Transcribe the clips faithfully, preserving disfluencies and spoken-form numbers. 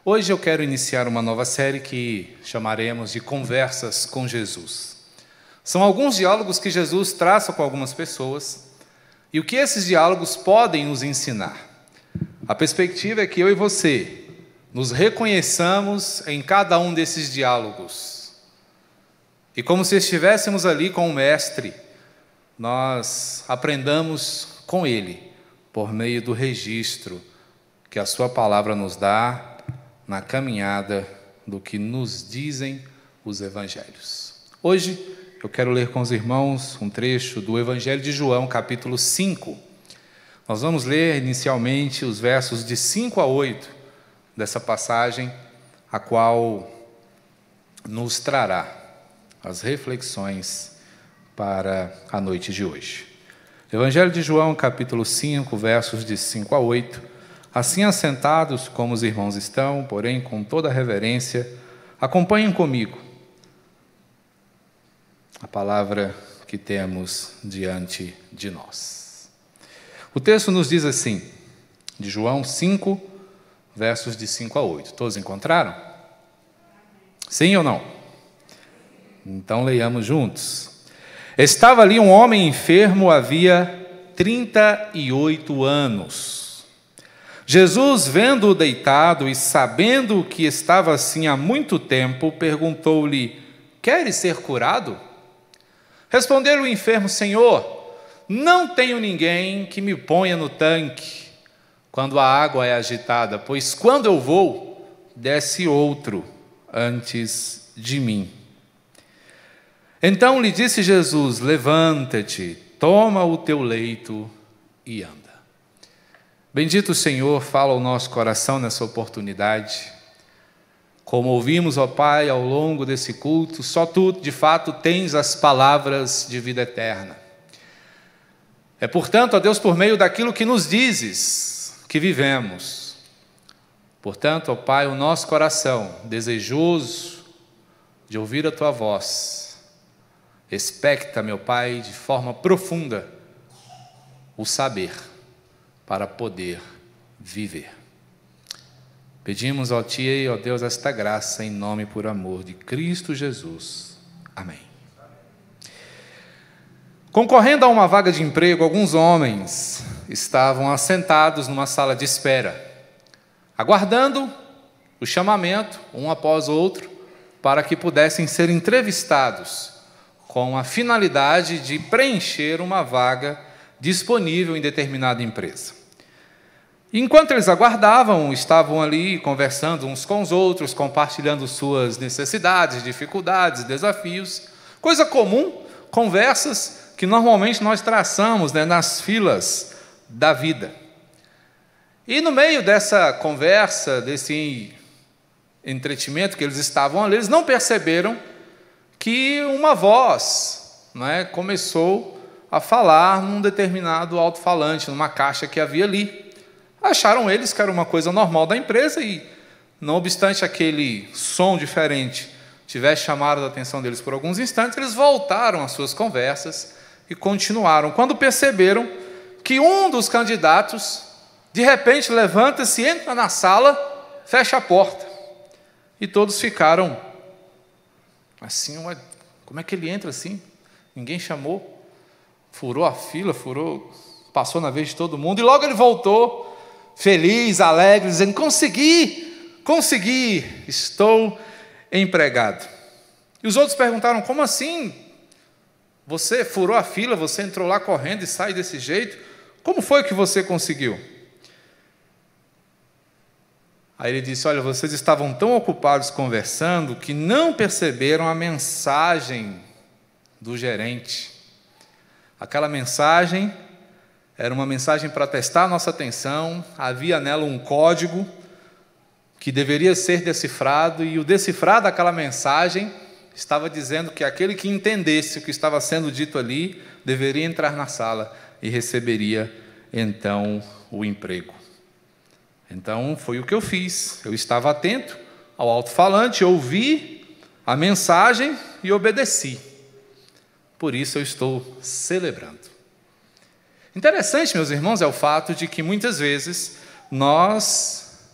Hoje eu quero iniciar uma nova série que chamaremos de Conversas com Jesus. São alguns diálogos que Jesus traça com algumas pessoas e o que esses diálogos podem nos ensinar. A perspectiva é que eu e você nos reconheçamos em cada um desses diálogos. E como se estivéssemos ali com o Mestre, nós aprendamos com Ele, por meio do registro que a Sua palavra nos dá na caminhada do que nos dizem os Evangelhos. Hoje eu quero ler com os irmãos um trecho do Evangelho de João, capítulo cinco. Nós vamos ler inicialmente os versos de cinco a oito dessa passagem, a qual nos trará as reflexões para a noite de hoje. Evangelho de João, capítulo cinco, versos de cinco a oito. Assim assentados como os irmãos estão, porém com toda a reverência, acompanhem comigo a palavra que temos diante de nós. O texto nos diz assim, de João cinco, versos de cinco a oito. Todos encontraram? Sim ou não? Então leiamos juntos. Estava ali um homem enfermo havia trinta e oito anos. Jesus, vendo-o deitado e sabendo que estava assim há muito tempo, perguntou-lhe: queres ser curado? Respondeu-lhe o enfermo: Senhor, não tenho ninguém que me ponha no tanque quando a água é agitada, pois quando eu vou, desce outro antes de mim. Então lhe disse Jesus: levanta-te, toma o teu leito e anda. Bendito o Senhor, fala ao nosso coração nessa oportunidade. Como ouvimos, ó Pai, ao longo desse culto, só Tu, de fato, tens as palavras de vida eterna. É, portanto, ó Deus, por meio daquilo que nos dizes, que vivemos. Portanto, ó Pai, o nosso coração, desejoso de ouvir a Tua voz, expecta, meu Pai, de forma profunda, o saber para poder viver. Pedimos ao Ti, ó Deus, esta graça em nome e por amor de Cristo Jesus. Amém. Concorrendo a uma vaga de emprego, alguns homens estavam assentados numa sala de espera, aguardando o chamamento, um após o outro, para que pudessem ser entrevistados com a finalidade de preencher uma vaga disponível em determinada empresa. Enquanto eles aguardavam, estavam ali conversando uns com os outros, compartilhando suas necessidades, dificuldades, desafios, coisa comum, conversas que normalmente nós traçamos, né, nas filas da vida. E no meio dessa conversa, desse entretenimento que eles estavam ali, eles não perceberam que uma voz, né, começou a falar num determinado alto-falante, numa caixa que havia ali. Acharam eles que era uma coisa normal da empresa e, não obstante aquele som diferente tivesse chamado a atenção deles por alguns instantes, eles voltaram às suas conversas e continuaram. Quando perceberam que um dos candidatos, de repente, levanta-se, entra na sala, fecha a porta. E todos ficaram assim, uma, como é que ele entra assim? Ninguém chamou. Furou a fila, furou, passou na vez de todo mundo, e logo ele voltou, feliz, alegre, dizendo: consegui, consegui, estou empregado. E os outros perguntaram: como assim? Você furou a fila, você entrou lá correndo e sai desse jeito? Como foi que você conseguiu? Aí ele disse: olha, vocês estavam tão ocupados conversando que não perceberam a mensagem do gerente. Aquela mensagem era uma mensagem para testar a nossa atenção, havia nela um código que deveria ser decifrado, e o decifrar daquela mensagem estava dizendo que aquele que entendesse o que estava sendo dito ali deveria entrar na sala e receberia então o emprego. Então foi o que eu fiz, eu estava atento ao alto-falante, ouvi a mensagem e obedeci. Por isso eu estou celebrando. Interessante, meus irmãos, é o fato de que muitas vezes nós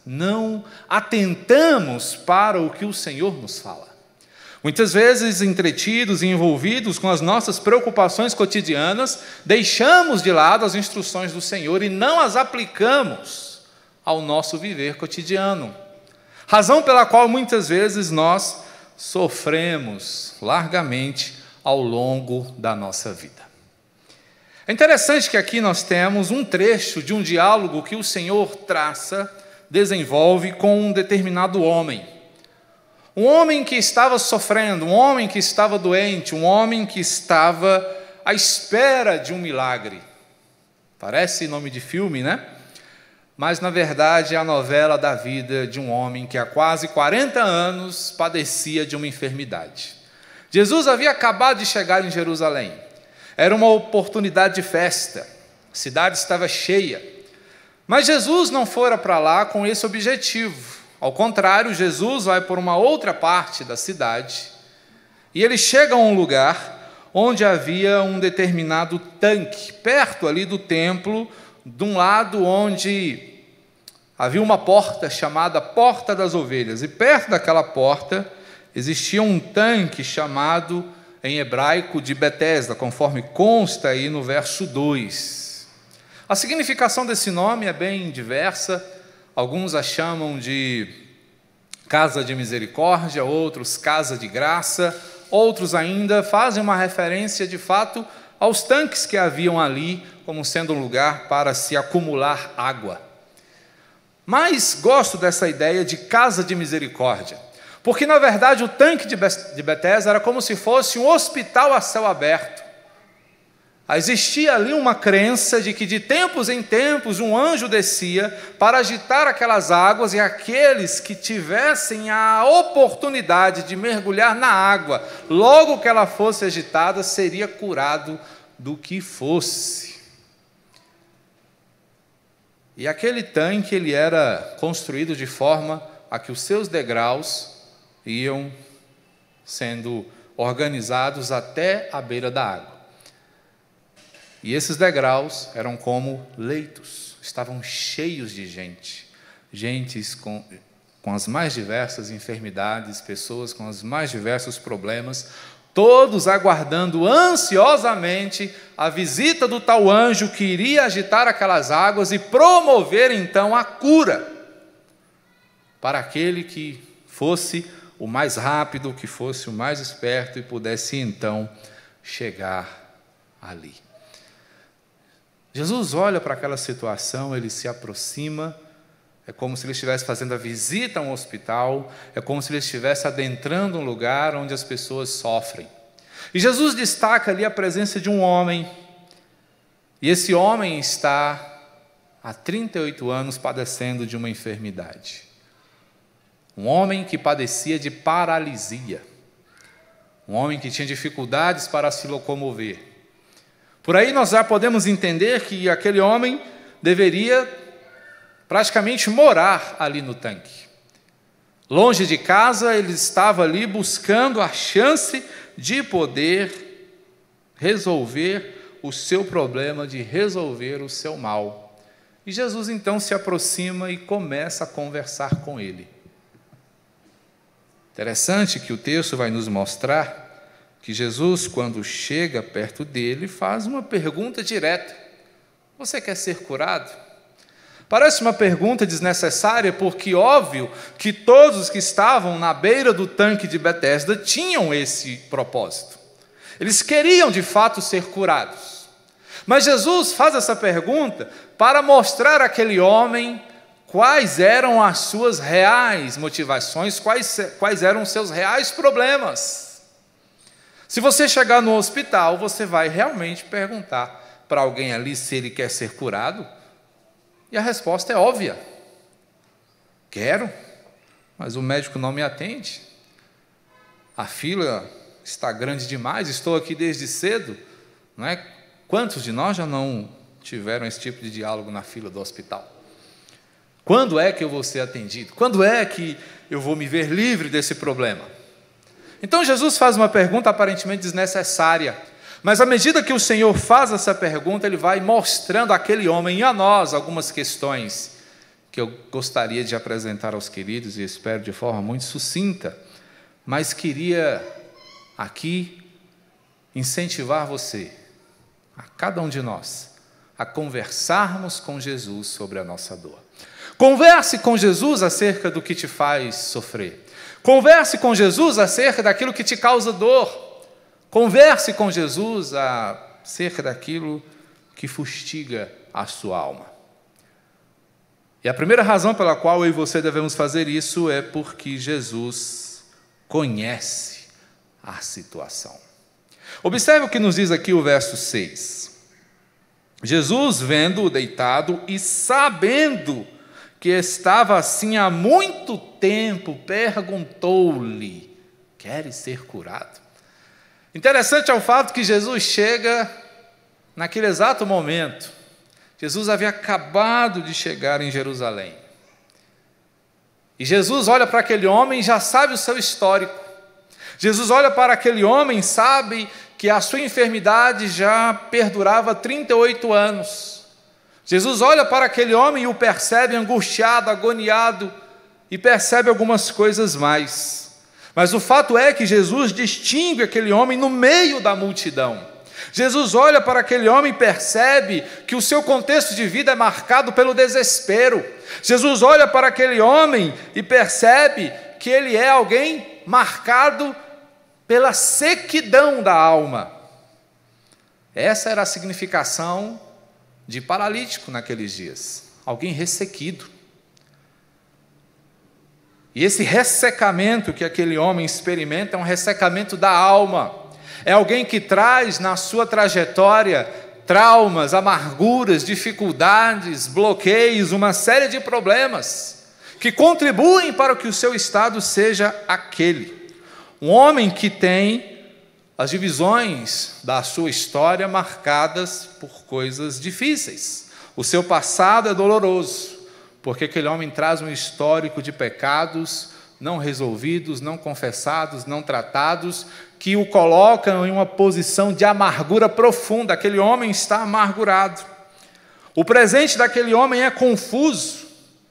não atentamos para o que o Senhor nos fala. Muitas vezes, entretidos e envolvidos com as nossas preocupações cotidianas, deixamos de lado as instruções do Senhor e não as aplicamos ao nosso viver cotidiano. Razão pela qual muitas vezes nós sofremos largamente ao longo da nossa vida. É interessante que aqui nós temos um trecho de um diálogo que o Senhor traça, desenvolve com um determinado homem. Um homem que estava sofrendo, um homem que estava doente, um homem que estava à espera de um milagre. Parece nome de filme, né? Mas, na verdade, é a novela da vida de um homem que há quase quarenta anos padecia de uma enfermidade. Jesus havia acabado de chegar em Jerusalém. Era uma oportunidade de festa. A cidade estava cheia. Mas Jesus não fora para lá com esse objetivo. Ao contrário, Jesus vai por uma outra parte da cidade e ele chega a um lugar onde havia um determinado tanque, perto ali do templo, de um lado onde havia uma porta chamada Porta das Ovelhas, e perto daquela porta existia um tanque chamado, em hebraico, de Betesda, conforme consta aí no verso dois. A significação desse nome é bem diversa. Alguns a chamam de casa de misericórdia, outros casa de graça, outros ainda fazem uma referência de fato aos tanques que haviam ali, como sendo um lugar para se acumular água. Mas gosto dessa ideia de casa de misericórdia, porque na verdade o tanque de Betesda era como se fosse um hospital a céu aberto. Existia ali uma crença de que de tempos em tempos um anjo descia para agitar aquelas águas e aqueles que tivessem a oportunidade de mergulhar na água, logo que ela fosse agitada, seria curado do que fosse. E aquele tanque ele era construído de forma a que os seus degraus iam sendo organizados até a beira da água. E esses degraus eram como leitos, estavam cheios de gente, gentes com, com as mais diversas enfermidades, pessoas com os mais diversos problemas, todos aguardando ansiosamente a visita do tal anjo que iria agitar aquelas águas e promover então a cura para aquele que fosse o mais rápido, que fosse o mais esperto e pudesse então chegar ali. Jesus olha para aquela situação, ele se aproxima, é como se ele estivesse fazendo a visita a um hospital, é como se ele estivesse adentrando um lugar onde as pessoas sofrem. E Jesus destaca ali a presença de um homem, e esse homem está há trinta e oito anos padecendo de uma enfermidade. Um homem que padecia de paralisia, um homem que tinha dificuldades para se locomover. Por aí nós já podemos entender que aquele homem deveria praticamente morar ali no tanque. Longe de casa, ele estava ali buscando a chance de poder resolver o seu problema, de resolver o seu mal. E Jesus então se aproxima e começa a conversar com ele. Interessante que o texto vai nos mostrar que Jesus, quando chega perto dele, faz uma pergunta direta: você quer ser curado? Parece uma pergunta desnecessária, porque óbvio que todos os que estavam na beira do tanque de Betesda tinham esse propósito. Eles queriam de fato ser curados. Mas Jesus faz essa pergunta para mostrar àquele homem quais eram as suas reais motivações, quais, quais eram os seus reais problemas. Se você chegar no hospital, você vai realmente perguntar para alguém ali se ele quer ser curado? E a resposta é óbvia. Quero, mas o médico não me atende. A fila está grande demais, estou aqui desde cedo. Não é? Quantos de nós já não tiveram esse tipo de diálogo na fila do hospital? Quando é que eu vou ser atendido? Quando é que eu vou me ver livre desse problema? Então Jesus faz uma pergunta aparentemente desnecessária, mas à medida que o Senhor faz essa pergunta, ele vai mostrando àquele homem e a nós algumas questões que eu gostaria de apresentar aos queridos, e espero de forma muito sucinta, mas queria aqui incentivar você, a cada um de nós, a conversarmos com Jesus sobre a nossa dor. Converse com Jesus acerca do que te faz sofrer. Converse com Jesus acerca daquilo que te causa dor. Converse com Jesus acerca daquilo que fustiga a sua alma. E a primeira razão pela qual eu e você devemos fazer isso é porque Jesus conhece a situação. Observe o que nos diz aqui o verso seis. Jesus, vendo-o deitado e sabendo que estava assim há muito tempo, perguntou-lhe: queres ser curado? Interessante é o fato que Jesus chega naquele exato momento. Jesus havia acabado de chegar em Jerusalém. E Jesus olha para aquele homem e já sabe o seu histórico. Jesus olha para aquele homem e sabe que a sua enfermidade já perdurava trinta e oito anos. Jesus olha para aquele homem e o percebe angustiado, agoniado, e percebe algumas coisas mais. Mas o fato é que Jesus distingue aquele homem no meio da multidão. Jesus olha para aquele homem e percebe que o seu contexto de vida é marcado pelo desespero. Jesus olha para aquele homem e percebe que ele é alguém marcado pela sequidão da alma. Essa era a significação de paralítico naqueles dias. Alguém ressequido. E esse ressecamento que aquele homem experimenta é um ressecamento da alma. É alguém que traz na sua trajetória traumas, amarguras, dificuldades, bloqueios, uma série de problemas que contribuem para que o seu estado seja aquele. Um homem que tem as divisões da sua história marcadas por coisas difíceis. O seu passado é doloroso, porque aquele homem traz um histórico de pecados não resolvidos, não confessados, não tratados, que o colocam em uma posição de amargura profunda. Aquele homem está amargurado. O presente daquele homem é confuso,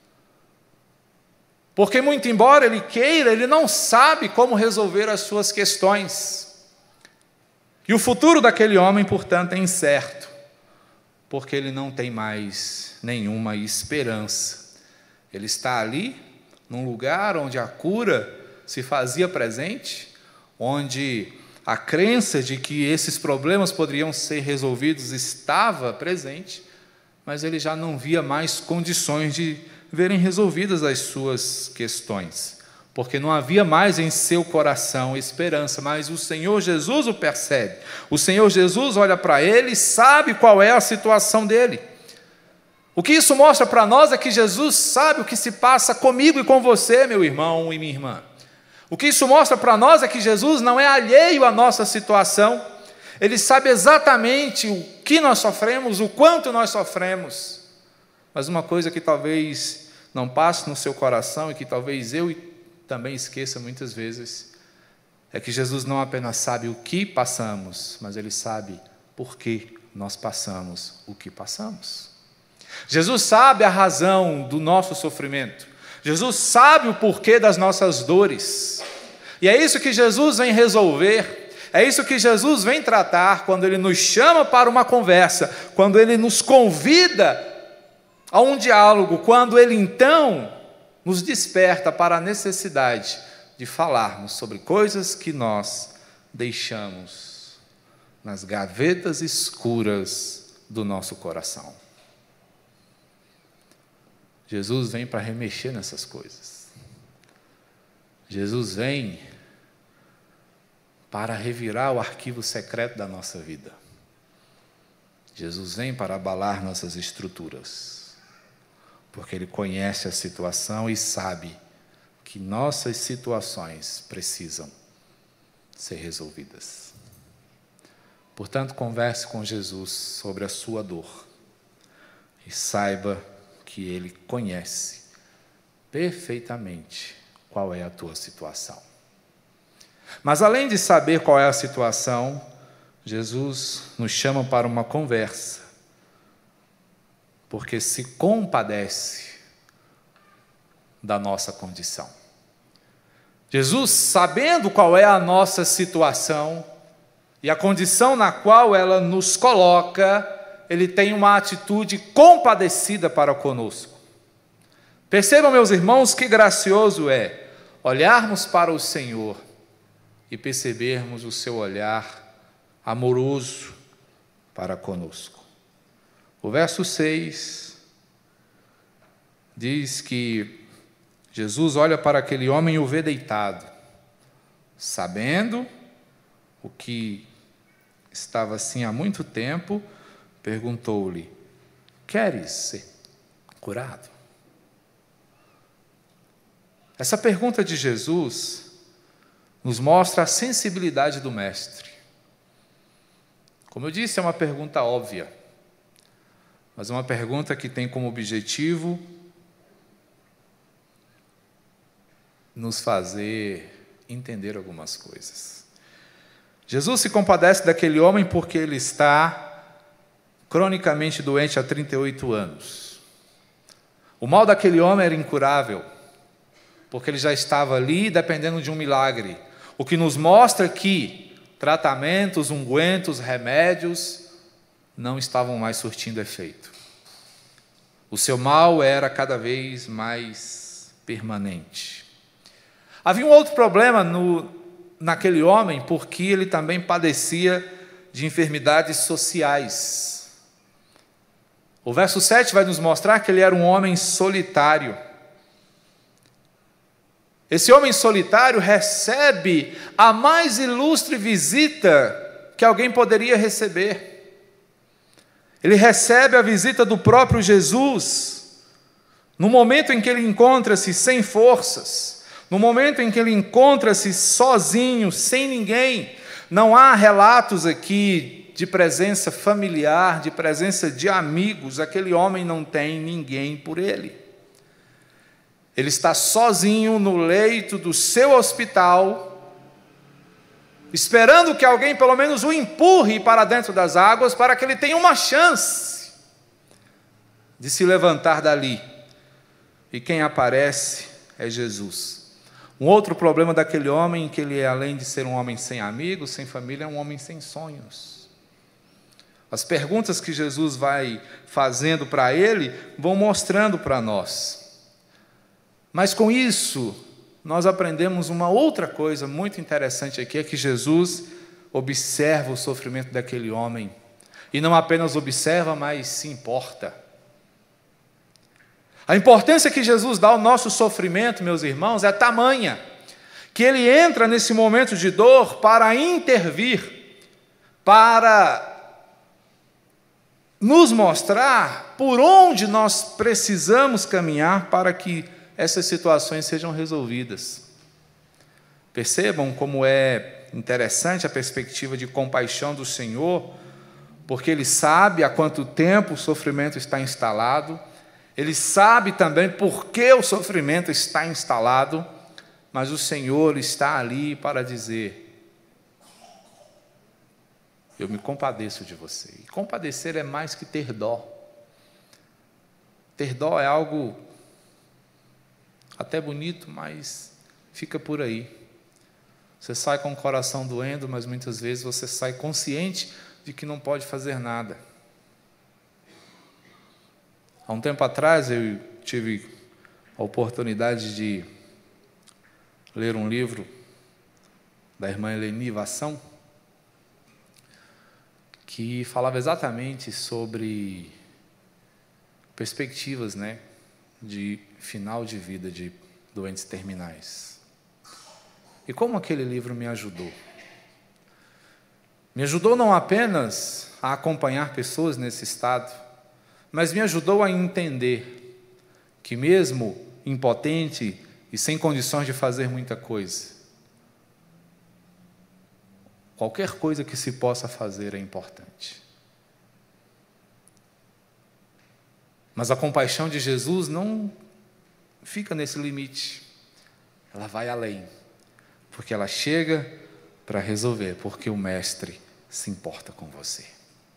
porque muito embora ele queira, ele não sabe como resolver as suas questões. E o futuro daquele homem, portanto, é incerto, porque ele não tem mais nenhuma esperança. Ele está ali, num lugar onde a cura se fazia presente, onde a crença de que esses problemas poderiam ser resolvidos estava presente, mas ele já não via mais condições de verem resolvidas as suas questões, porque não havia mais em seu coração esperança. Mas o Senhor Jesus o percebe. O Senhor Jesus olha para ele e sabe qual é a situação dele. O que isso mostra para nós é que Jesus sabe o que se passa comigo e com você, meu irmão e minha irmã. O que isso mostra para nós é que Jesus não é alheio à nossa situação. Ele sabe exatamente o que nós sofremos, o quanto nós sofremos. Mas uma coisa que talvez não passe no seu coração e que talvez eu também esqueça muitas vezes, é que Jesus não apenas sabe o que passamos, mas Ele sabe por que nós passamos o que passamos. Jesus sabe a razão do nosso sofrimento. Jesus sabe o porquê das nossas dores. E é isso que Jesus vem resolver. É isso que Jesus vem tratar quando Ele nos chama para uma conversa, quando Ele nos convida a um diálogo, quando Ele então nos desperta para a necessidade de falarmos sobre coisas que nós deixamos nas gavetas escuras do nosso coração. Jesus vem para remexer nessas coisas. Jesus vem para revirar o arquivo secreto da nossa vida. Jesus vem para abalar nossas estruturas, porque Ele conhece a situação e sabe que nossas situações precisam ser resolvidas. Portanto, converse com Jesus sobre a sua dor e saiba que Ele conhece perfeitamente qual é a tua situação. Mas além de saber qual é a situação, Jesus nos chama para uma conversa, porque se compadece da nossa condição. Jesus, sabendo qual é a nossa situação e a condição na qual ela nos coloca, ele tem uma atitude compadecida para conosco. Percebam, meus irmãos, que gracioso é olharmos para o Senhor e percebermos o seu olhar amoroso para conosco. O verso seis diz que Jesus olha para aquele homem e o vê deitado, sabendo o que estava assim há muito tempo, perguntou-lhe: queres ser curado? Essa pergunta de Jesus nos mostra a sensibilidade do Mestre. Como eu disse, é uma pergunta óbvia, mas é uma pergunta que tem como objetivo nos fazer entender algumas coisas. Jesus se compadece daquele homem porque ele está cronicamente doente há trinta e oito anos. O mal daquele homem era incurável, porque ele já estava ali dependendo de um milagre, o que nos mostra que tratamentos, ungüentos, remédios não estavam mais surtindo efeito. O seu mal era cada vez mais permanente. Havia um outro problema no, naquele homem, porque ele também padecia de enfermidades sociais. O verso sete vai nos mostrar que ele era um homem solitário. Esse homem solitário recebe a mais ilustre visita que alguém poderia receber. Ele recebe a visita do próprio Jesus, no momento em que ele encontra-se sem forças, no momento em que ele encontra-se sozinho, sem ninguém. Não há relatos aqui de presença familiar, de presença de amigos. Aquele homem não tem ninguém por ele. Ele está sozinho no leito do seu hospital, esperando que alguém pelo menos o empurre para dentro das águas, para que ele tenha uma chance de se levantar dali. E quem aparece é Jesus. Um outro problema daquele homem, que ele, além de ser um homem sem amigos, sem família, é um homem sem sonhos. As perguntas que Jesus vai fazendo para ele vão mostrando para nós. Mas com isso, nós aprendemos uma outra coisa muito interessante aqui, é que Jesus observa o sofrimento daquele homem, e não apenas observa, mas se importa. A importância que Jesus dá ao nosso sofrimento, meus irmãos, é tamanha, que ele entra nesse momento de dor para intervir, para nos mostrar por onde nós precisamos caminhar para que essas situações sejam resolvidas. Percebam como é interessante a perspectiva de compaixão do Senhor, porque Ele sabe há quanto tempo o sofrimento está instalado, Ele sabe também por que o sofrimento está instalado, mas o Senhor está ali para dizer: eu me compadeço de você. E compadecer é mais que ter dó. Ter dó é algo até bonito, mas fica por aí. Você sai com o coração doendo, mas muitas vezes você sai consciente de que não pode fazer nada. Há um tempo atrás eu tive a oportunidade de ler um livro da irmã Eleni Vassão, que falava exatamente sobre perspectivas, né, de final de vida de doentes terminais. E como aquele livro me ajudou? Me ajudou não apenas a acompanhar pessoas nesse estado, mas me ajudou a entender que mesmo impotente e sem condições de fazer muita coisa, qualquer coisa que se possa fazer é importante. Mas a compaixão de Jesus não fica nesse limite. Ela vai além, porque ela chega para resolver, porque o Mestre se importa com você.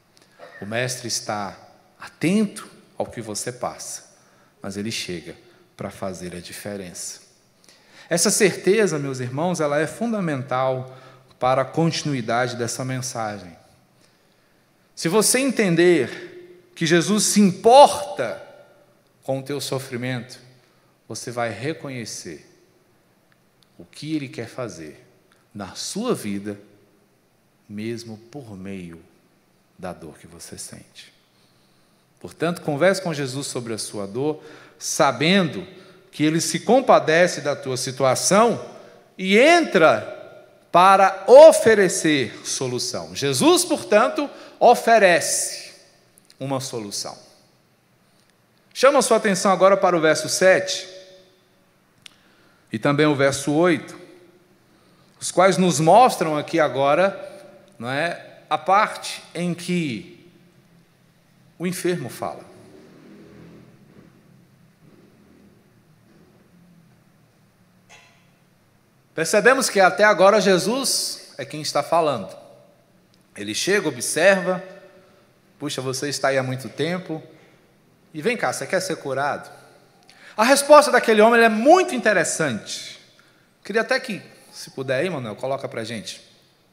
O Mestre está atento ao que você passa, mas Ele chega para fazer a diferença. Essa certeza, meus irmãos, ela é fundamental para a continuidade dessa mensagem. Se você entender que Jesus se importa com o teu sofrimento, você vai reconhecer o que Ele quer fazer na sua vida, mesmo por meio da dor que você sente. Portanto, converse com Jesus sobre a sua dor, sabendo que Ele se compadece da tua situação e entra para oferecer solução. Jesus, portanto, oferece uma solução. Chama a sua atenção agora para o verso sete e também o verso oito, os quais nos mostram aqui agora, não é, a parte em que o enfermo fala. Percebemos que até agora Jesus é quem está falando. Ele chega, observa, puxa, você está aí há muito tempo, e vem cá, você quer ser curado? A resposta daquele homem é muito interessante. Queria até que, se puder aí, Manuel, coloca para a gente.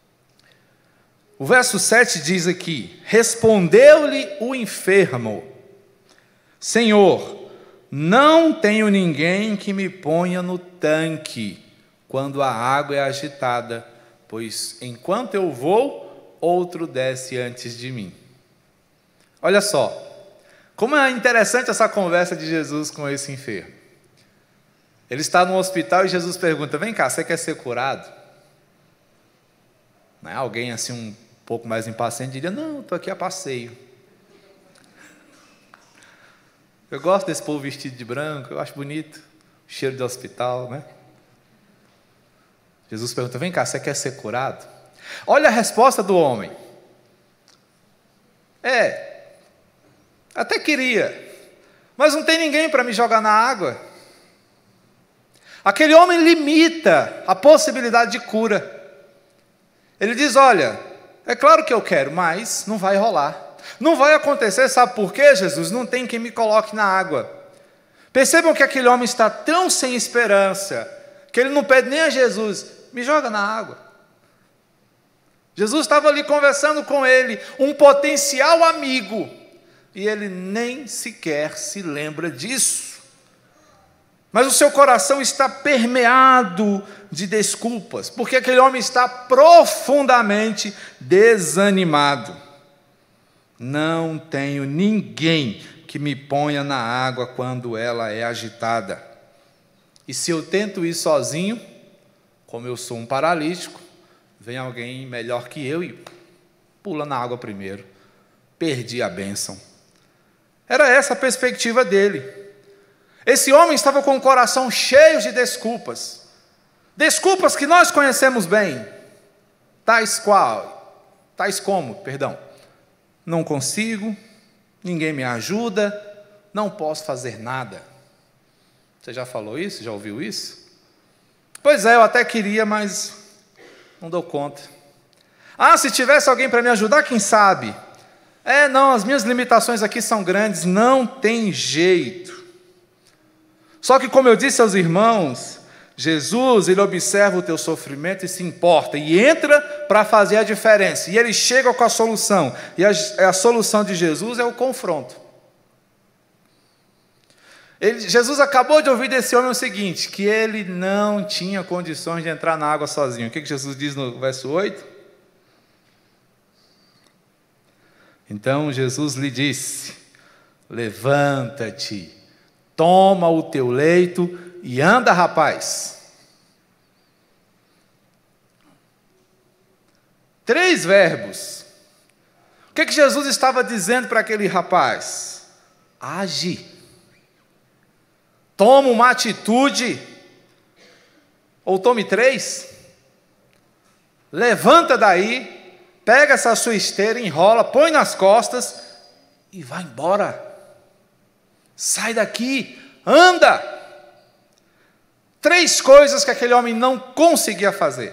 O verso sete diz aqui: respondeu-lhe o enfermo: Senhor, não tenho ninguém que me ponha no tanque quando a água é agitada, pois enquanto eu vou, outro desce antes de mim. Olha só, como é interessante essa conversa de Jesus com esse enfermo. Ele está no hospital e Jesus pergunta: vem cá, você quer ser curado? Não é? Alguém assim um pouco mais impaciente diria: não, estou aqui a passeio. Eu gosto desse povo vestido de branco, eu acho bonito, cheiro de hospital, né? Jesus pergunta: vem cá, você quer ser curado? Olha a resposta do homem. É, até queria, mas não tem ninguém para me jogar na água. Aquele homem limita a possibilidade de cura. Ele diz: olha, é claro que eu quero, mas não vai rolar. Não vai acontecer, sabe por quê, Jesus? Não tem quem me coloque na água. Percebam que aquele homem está tão sem esperança, que ele não pede nem a Jesus: me joga na água. Jesus estava ali conversando com ele, um potencial amigo, e ele nem sequer se lembra disso. Mas o seu coração está permeado de desculpas, porque aquele homem está profundamente desanimado. Não tenho ninguém que me ponha na água quando ela é agitada. E se eu tento ir sozinho, como eu sou um paralítico, vem alguém melhor que eu e pula na água primeiro. Perdi a bênção. Era essa a perspectiva dele. Esse homem estava com o coração cheio de desculpas. Desculpas que nós conhecemos bem. Tais qual, tais como, perdão. Não consigo, ninguém me ajuda, não posso fazer nada. Você já falou isso? Já ouviu isso? Pois é, eu até queria, mas não dou conta. Ah, se tivesse alguém para me ajudar, quem sabe? É, não, as minhas limitações aqui são grandes, não tem jeito. Só que, como eu disse aos irmãos, Jesus, ele observa o teu sofrimento e se importa, e entra para fazer a diferença, e ele chega com a solução, e a, a solução de Jesus é o confronto. Ele, Jesus acabou de ouvir desse homem o seguinte, que ele não tinha condições de entrar na água sozinho. O que, que Jesus diz no verso oito? Então Jesus lhe disse: levanta-te, toma o teu leito e anda, rapaz. Três verbos. O que, que Jesus estava dizendo para aquele rapaz? Age. Toma uma atitude. Ou tome três. Levanta daí, pega essa sua esteira, enrola, põe nas costas e vai embora. Sai daqui, anda. Três coisas que aquele homem não conseguia fazer.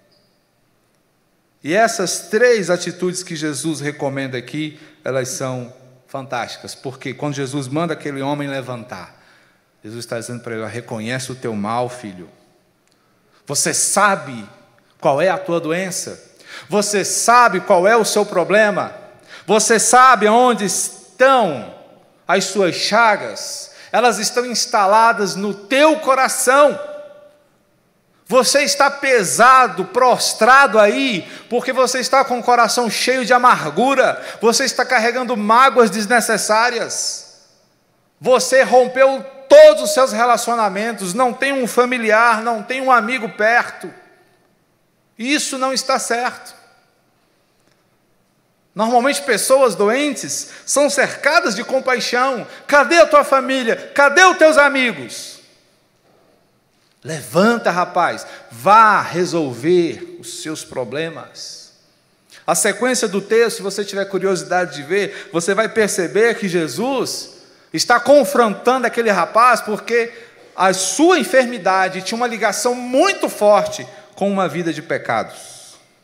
E essas três atitudes que Jesus recomenda aqui, elas são fantásticas, porque quando Jesus manda aquele homem levantar, Jesus está dizendo para ele: reconhece o teu mal, filho. Você sabe qual é a tua doença? Você sabe qual é o seu problema? Você sabe onde estão as suas chagas? Elas estão instaladas no teu coração. Você está pesado, prostrado aí, porque você está com o coração cheio de amargura, você está carregando mágoas desnecessárias, você rompeu todos os seus relacionamentos, não tem um familiar, não tem um amigo perto. Isso não está certo. Normalmente pessoas doentes são cercadas de compaixão. Cadê a tua família? Cadê os teus amigos? Levanta, rapaz, vá resolver os seus problemas. A sequência do texto, se você tiver curiosidade de ver, você vai perceber que Jesus está confrontando aquele rapaz porque a sua enfermidade tinha uma ligação muito forte com uma vida de pecados.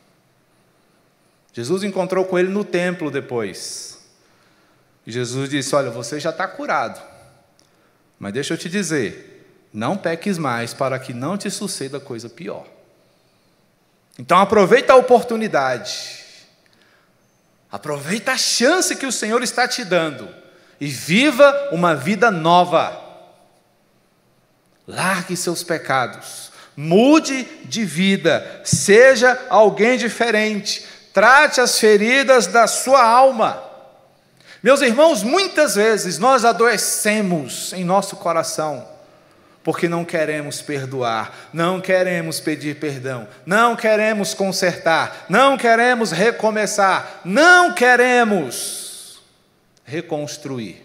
Jesus encontrou com ele no templo depois. E Jesus disse: olha, você já está curado, mas deixa eu te dizer, não peques mais para que não te suceda coisa pior. Então aproveita a oportunidade, aproveita a chance que o Senhor está te dando e viva uma vida nova. Largue seus pecados, mude de vida, seja alguém diferente, trate as feridas da sua alma. Meus irmãos, muitas vezes nós adoecemos em nosso coração, porque não queremos perdoar, não queremos pedir perdão, não queremos consertar, não queremos recomeçar, não queremos reconstruir.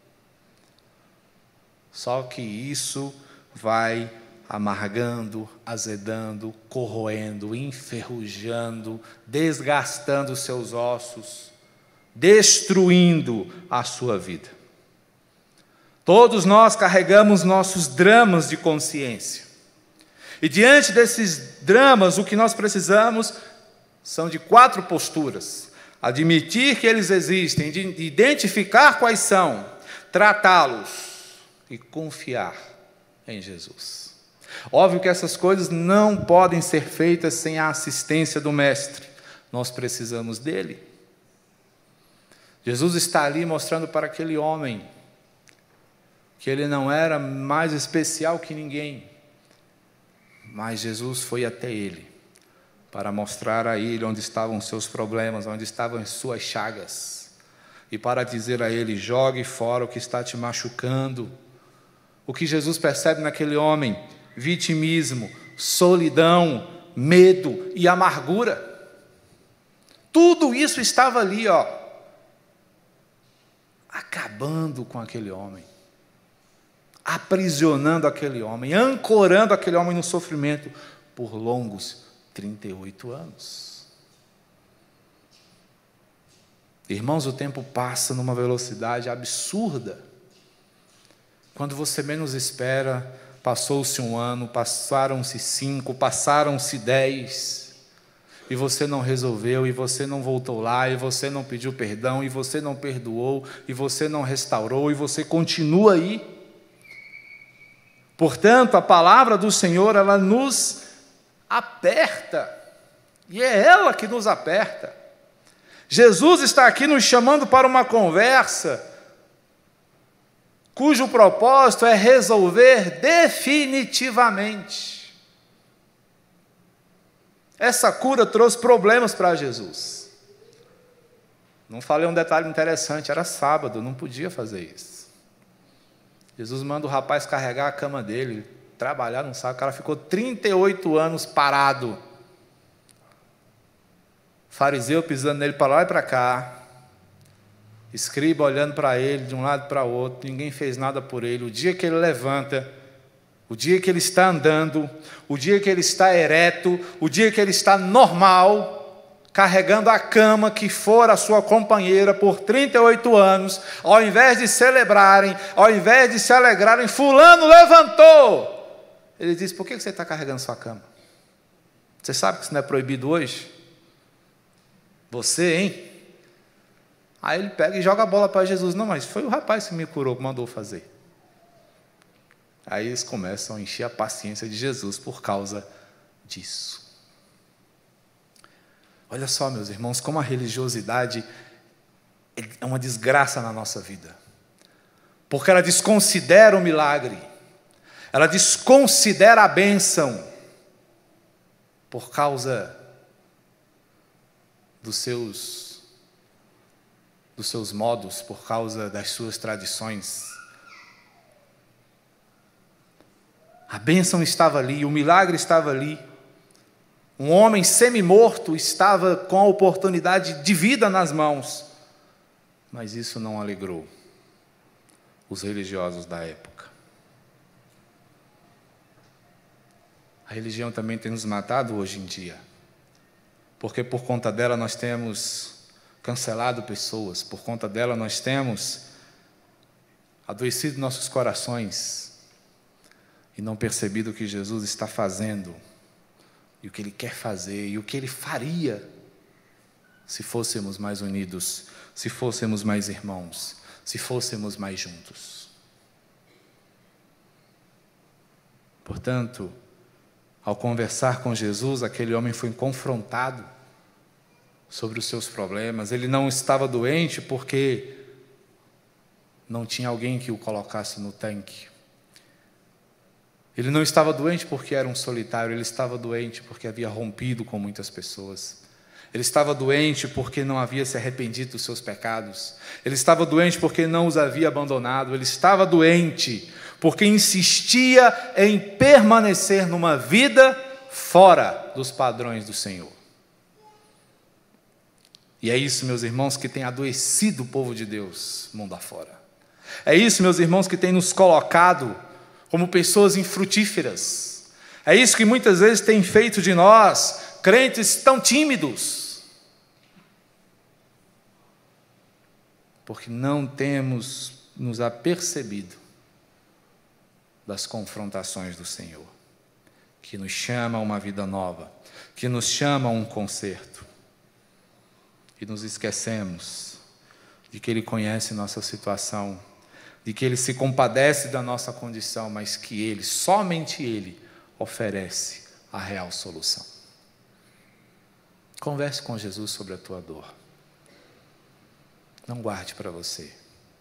Só que isso vai amargando, azedando, corroendo, enferrujando, desgastando os seus ossos, destruindo a sua vida. Todos nós carregamos nossos dramas de consciência. E diante desses dramas, o que nós precisamos são de quatro posturas: admitir que eles existem, de identificar quais são, tratá-los e confiar em Jesus. Óbvio que essas coisas não podem ser feitas sem a assistência do Mestre. Nós precisamos dele. Jesus está ali mostrando para aquele homem que ele não era mais especial que ninguém, mas Jesus foi até ele para mostrar a ele onde estavam os seus problemas, onde estavam as suas chagas, e para dizer a ele: jogue fora o que está te machucando. O que Jesus percebe naquele homem? Vitimismo, solidão, medo e amargura. Tudo isso estava ali, ó, acabando com aquele homem, aprisionando aquele homem, ancorando aquele homem no sofrimento por longos trinta e oito anos. Irmãos, o tempo passa numa velocidade absurda. Quando você menos espera, passou-se um ano, passaram-se cinco, passaram-se dez, e você não resolveu, e você não voltou lá, e você não pediu perdão, e você não perdoou, e você não restaurou, e você continua aí. Portanto, a palavra do Senhor, ela nos aperta, e é ela que nos aperta. Jesus está aqui nos chamando para uma conversa cujo propósito é resolver definitivamente. Essa cura trouxe problemas para Jesus. Não falei um detalhe interessante, era sábado, não podia fazer isso. Jesus manda o rapaz carregar a cama dele, trabalhar no sábado, o cara ficou trinta e oito anos parado. Fariseu pisando nele para lá e para cá, escriba olhando para ele de um lado para o outro, ninguém fez nada por ele. O dia que ele levanta, o dia que ele está andando, o dia que ele está ereto, o dia que ele está normal, carregando a cama que for a sua companheira por trinta e oito anos, ao invés de celebrarem, ao invés de se alegrarem, fulano levantou. Ele diz: por que você está carregando sua cama? Você sabe que isso não é proibido hoje? Você, hein? Aí ele pega e joga a bola para Jesus. Não, mas foi o rapaz que me curou, que mandou fazer. Aí eles começam a encher a paciência de Jesus por causa disso. Olha só, meus irmãos, como a religiosidade é uma desgraça na nossa vida. Porque ela desconsidera o milagre. Ela desconsidera a bênção. Por causa dos seus, dos seus modos, por causa das suas tradições. A bênção estava ali, o milagre estava ali. Um homem semi-morto estava com a oportunidade de vida nas mãos. Mas isso não alegrou os religiosos da época. A religião também tem nos matado hoje em dia. Porque por conta dela nós temos cancelado pessoas. Por conta dela nós temos adoecido nossos corações. E não percebido o que Jesus está fazendo. E o que Ele quer fazer. E o que Ele faria se fôssemos mais unidos. Se fôssemos mais irmãos. Se fôssemos mais juntos. Portanto, ao conversar com Jesus, aquele homem foi confrontado sobre os seus problemas. Ele não estava doente porque não tinha alguém que o colocasse no tanque. Ele não estava doente porque era um solitário, ele estava doente porque havia rompido com muitas pessoas. Ele estava doente porque não havia se arrependido dos seus pecados. Ele estava doente porque não os havia abandonado. Ele estava doente porque insistia em permanecer numa vida fora dos padrões do Senhor. E é isso, meus irmãos, que tem adoecido o povo de Deus, mundo afora. É isso, meus irmãos, que tem nos colocado como pessoas infrutíferas. É isso que muitas vezes tem feito de nós crentes tão tímidos. Porque não temos nos apercebido das confrontações do Senhor, que nos chama a uma vida nova, que nos chama a um conserto. E nos esquecemos de que Ele conhece nossa situação, de que Ele se compadece da nossa condição, mas que Ele, somente Ele, oferece a real solução. Converse com Jesus sobre a tua dor. Não guarde para você.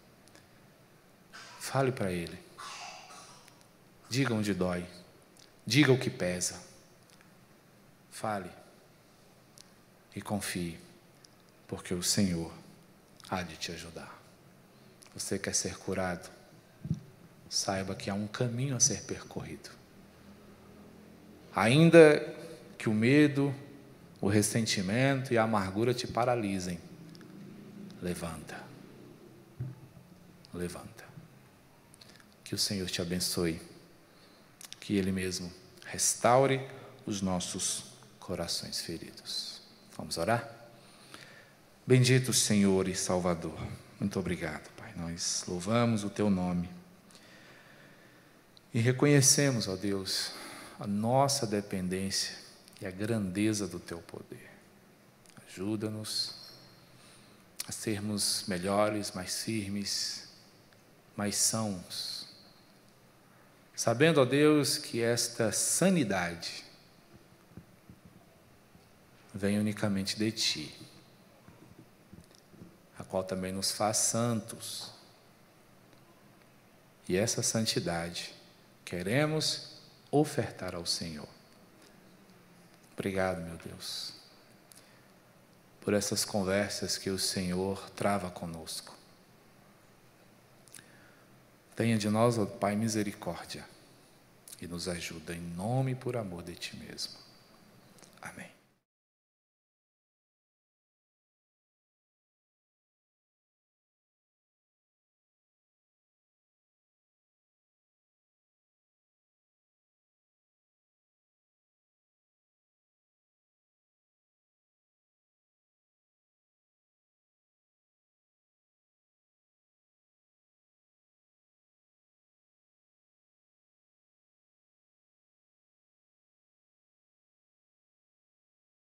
Fale para Ele. Diga onde dói. Diga o que pesa. Fale. E confie, porque o Senhor há de te ajudar. Você quer ser curado? Saiba que há um caminho a ser percorrido. Ainda que o medo, o ressentimento e a amargura te paralisem, levanta. Levanta. Que o Senhor te abençoe. Que Ele mesmo restaure os nossos corações feridos. Vamos orar? Bendito Senhor e Salvador. Muito obrigado, Pai. Nós louvamos o Teu nome. E reconhecemos, ó Deus, a nossa dependência e a grandeza do Teu poder. Ajuda-nos a sermos melhores, mais firmes, mais sãos. Sabendo, ó Deus, que esta sanidade vem unicamente de Ti, a qual também nos faz santos. E essa santidade queremos ofertar ao Senhor. Obrigado, meu Deus, por essas conversas que o Senhor trava conosco. Tenha de nós, ó Pai, misericórdia e nos ajuda em nome e por amor de Ti mesmo. Amém.